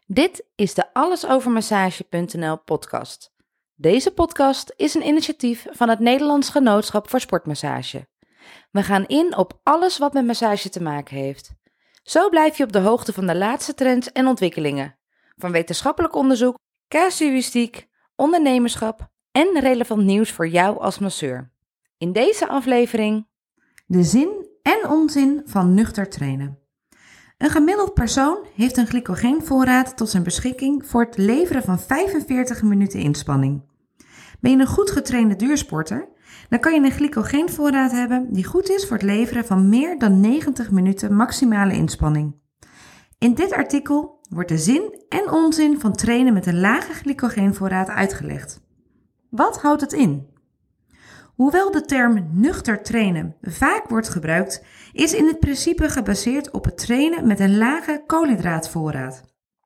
Dit is de allesovermassage.nl podcast. Deze podcast is een initiatief van het Nederlands Genootschap voor Sportmassage. We gaan in op alles wat met massage te maken heeft. Zo blijf je op de hoogte van de laatste trends en ontwikkelingen. Van wetenschappelijk onderzoek, casuïstiek, ondernemerschap en relevant nieuws voor jou als masseur. In deze aflevering de zin en onzin van nuchter trainen. Een gemiddeld persoon heeft een glycogeenvoorraad tot zijn beschikking voor het leveren van 45 minuten inspanning. Ben je een goed getrainde duursporter, dan kan je een glycogeenvoorraad hebben die goed is voor het leveren van meer dan 90 minuten maximale inspanning. In dit artikel wordt de zin en onzin van trainen met een lage glycogeenvoorraad uitgelegd. Wat houdt het in? Hoewel de term nuchter trainen vaak wordt gebruikt, is in het principe gebaseerd op het trainen met een lage koolhydraatvoorraad,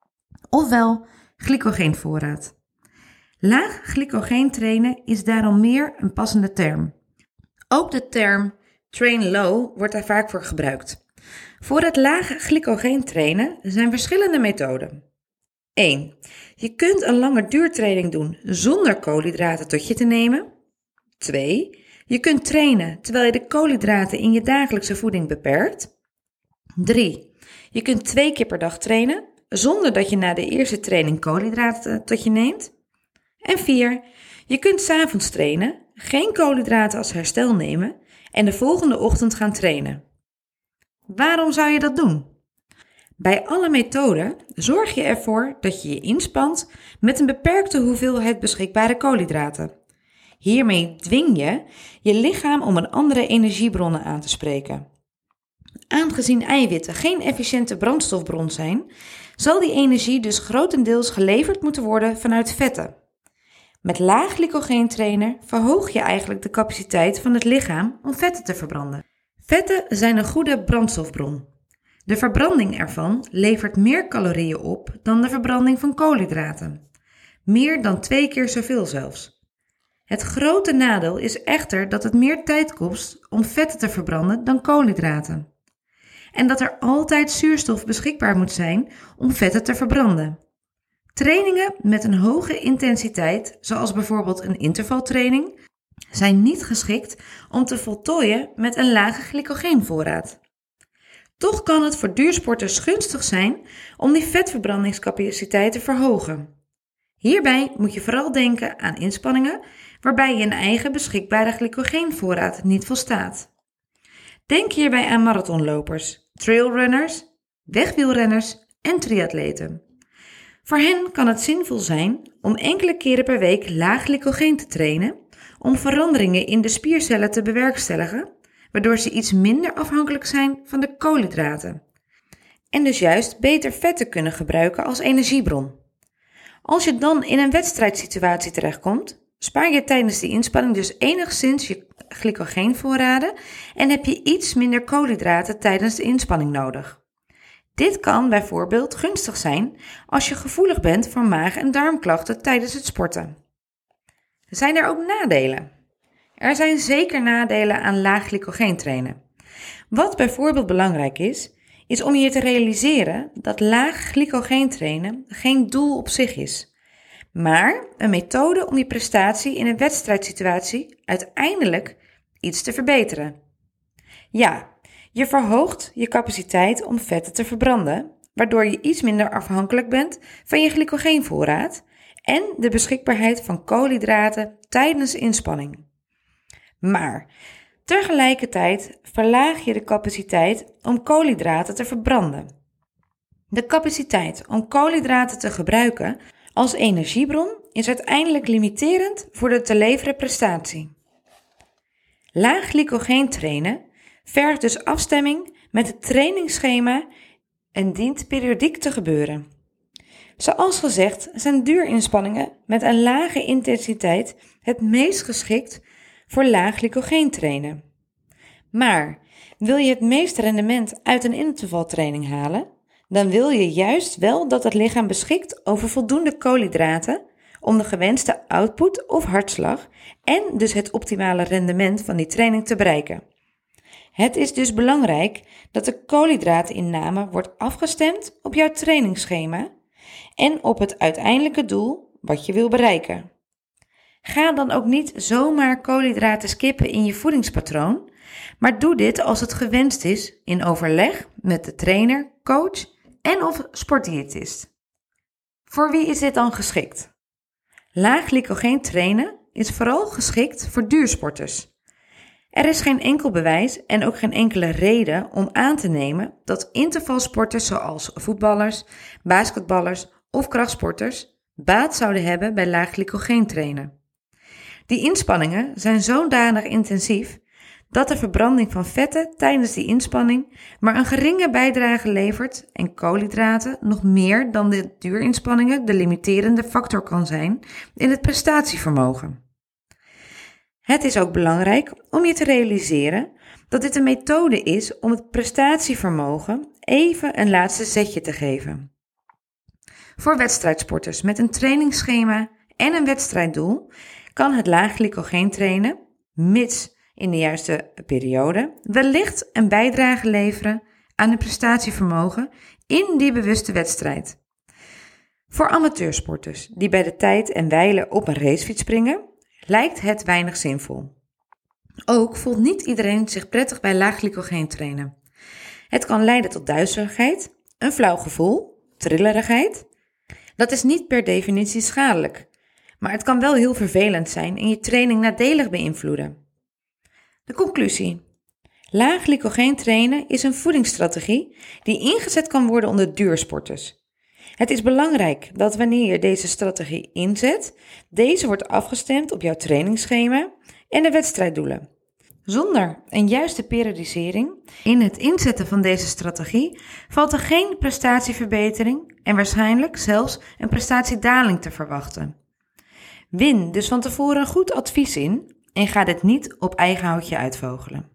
ofwel glycogeenvoorraad. Laag glycogeen trainen is daarom meer een passende term. Ook de term train low wordt daar vaak voor gebruikt. Voor het lage glycogeen trainen zijn verschillende methoden. 1. Je kunt een lange duurtraining doen zonder koolhydraten tot je te nemen. 2. Je kunt trainen terwijl je de koolhydraten in je dagelijkse voeding beperkt. 3. Je kunt 2 keer per dag trainen zonder dat je na de eerste training koolhydraten tot je neemt. En 4. Je kunt 's avonds trainen, geen koolhydraten als herstel nemen en de volgende ochtend gaan trainen. Waarom zou je dat doen? Bij alle methoden zorg je ervoor dat je je inspant met een beperkte hoeveelheid beschikbare koolhydraten. Hiermee dwing je je lichaam om een andere energiebronnen aan te spreken. Aangezien eiwitten geen efficiënte brandstofbron zijn, zal die energie dus grotendeels geleverd moeten worden vanuit vetten. Met laag glycogeen trainen verhoog je eigenlijk de capaciteit van het lichaam om vetten te verbranden. Vetten zijn een goede brandstofbron. De verbranding ervan levert meer calorieën op dan de verbranding van koolhydraten. Meer dan 2 keer zoveel zelfs. Het grote nadeel is echter dat het meer tijd kost om vetten te verbranden dan koolhydraten. En dat er altijd zuurstof beschikbaar moet zijn om vetten te verbranden. Trainingen met een hoge intensiteit, zoals bijvoorbeeld een intervaltraining, zijn niet geschikt om te voltooien met een lage glycogeenvoorraad. Toch kan het voor duursporters gunstig zijn om die vetverbrandingscapaciteit te verhogen. Hierbij moet je vooral denken aan inspanningen waarbij je een eigen beschikbare glycogeenvoorraad niet volstaat. Denk hierbij aan marathonlopers, trailrunners, wegwielrenners en triatleten. Voor hen kan het zinvol zijn om enkele keren per week laag glycogeen te trainen om veranderingen in de spiercellen te bewerkstelligen, waardoor ze iets minder afhankelijk zijn van de koolhydraten en dus juist beter vetten kunnen gebruiken als energiebron. Als je dan in een wedstrijdsituatie terechtkomt, spaar je tijdens die inspanning dus enigszins je glycogeenvoorraden en heb je iets minder koolhydraten tijdens de inspanning nodig. Dit kan bijvoorbeeld gunstig zijn als je gevoelig bent voor maag- en darmklachten tijdens het sporten. Zijn er ook nadelen? Er zijn zeker nadelen aan laag glycogeen trainen. Wat bijvoorbeeld belangrijk is om je te realiseren dat laag glycogeen trainen geen doel op zich is, maar een methode om je prestatie in een wedstrijdsituatie uiteindelijk iets te verbeteren. Ja, je verhoogt je capaciteit om vetten te verbranden, waardoor je iets minder afhankelijk bent van je glycogeenvoorraad en de beschikbaarheid van koolhydraten tijdens inspanning. Maar tegelijkertijd verlaag je de capaciteit om koolhydraten te verbranden. De capaciteit om koolhydraten te gebruiken als energiebron is uiteindelijk limiterend voor de te leveren prestatie. Laag glycogeen trainen vergt dus afstemming met het trainingsschema en dient periodiek te gebeuren. Zoals gezegd zijn duurinspanningen met een lage intensiteit het meest geschikt voor laag glycogeen trainen. Maar wil je het meeste rendement uit een intervaltraining halen, dan wil je juist wel dat het lichaam beschikt over voldoende koolhydraten om de gewenste output of hartslag en dus het optimale rendement van die training te bereiken. Het is dus belangrijk dat de koolhydraatinname wordt afgestemd op jouw trainingsschema en op het uiteindelijke doel wat je wil bereiken. Ga dan ook niet zomaar koolhydraten skippen in je voedingspatroon, maar doe dit als het gewenst is in overleg met de trainer, coach en of sportdiëtist. Voor wie is dit dan geschikt? Laag glycogeen trainen is vooral geschikt voor duursporters. Er is geen enkel bewijs en ook geen enkele reden om aan te nemen dat intervalsporters zoals voetballers, basketballers of krachtsporters baat zouden hebben bij laag glycogeen trainen. Die inspanningen zijn zodanig intensief dat de verbranding van vetten tijdens die inspanning maar een geringe bijdrage levert en koolhydraten nog meer dan de duurinspanningen de limiterende factor kan zijn in het prestatievermogen. Het is ook belangrijk om je te realiseren dat dit een methode is om het prestatievermogen even een laatste zetje te geven. Voor wedstrijdsporters met een trainingsschema en een wedstrijddoel kan het laag glycogeen trainen, mits in de juiste periode, wellicht een bijdrage leveren aan het prestatievermogen in die bewuste wedstrijd. Voor amateursporters die bij de tijd en wijle op een racefiets springen, lijkt het weinig zinvol. Ook voelt niet iedereen zich prettig bij laag glycogeen trainen. Het kan leiden tot duizeligheid, een flauw gevoel, trillerigheid. Dat is niet per definitie schadelijk, maar het kan wel heel vervelend zijn en je training nadelig beïnvloeden. De conclusie. Laag glycogeen trainen is een voedingsstrategie die ingezet kan worden onder duursporters. Het is belangrijk dat wanneer je deze strategie inzet, deze wordt afgestemd op jouw trainingsschema en de wedstrijddoelen. Zonder een juiste periodisering in het inzetten van deze strategie valt er geen prestatieverbetering en waarschijnlijk zelfs een prestatiedaling te verwachten. Win dus van tevoren een goed advies in en ga dit niet op eigen houtje uitvogelen.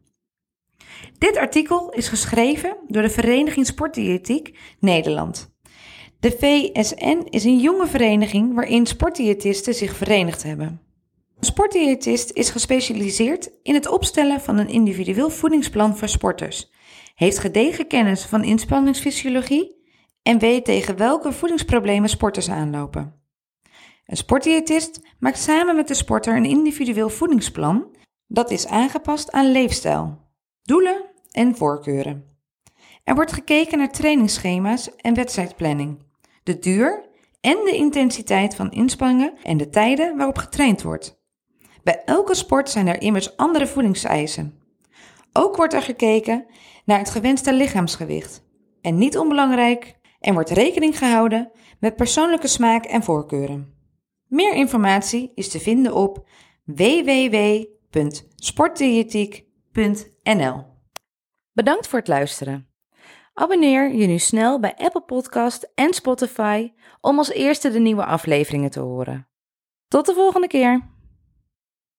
Dit artikel is geschreven door de Vereniging Sportdiëtiek Nederland. De VSN is een jonge vereniging waarin sportdiëtisten zich verenigd hebben. Een sportdiëtist is gespecialiseerd in het opstellen van een individueel voedingsplan voor sporters, heeft gedegen kennis van inspanningsfysiologie en weet tegen welke voedingsproblemen sporters aanlopen. Een sportdiëtist maakt samen met de sporter een individueel voedingsplan dat is aangepast aan leefstijl, doelen en voorkeuren. Er wordt gekeken naar trainingsschema's en wedstrijdplanning, de duur en de intensiteit van inspanningen en de tijden waarop getraind wordt. Bij elke sport zijn er immers andere voedingseisen. Ook wordt er gekeken naar het gewenste lichaamsgewicht. En niet onbelangrijk, er wordt rekening gehouden met persoonlijke smaak en voorkeuren. Meer informatie is te vinden op www.sportdiëtiek.nl. Bedankt voor het luisteren. Abonneer je nu snel bij Apple Podcast en Spotify om als eerste de nieuwe afleveringen te horen. Tot de volgende keer!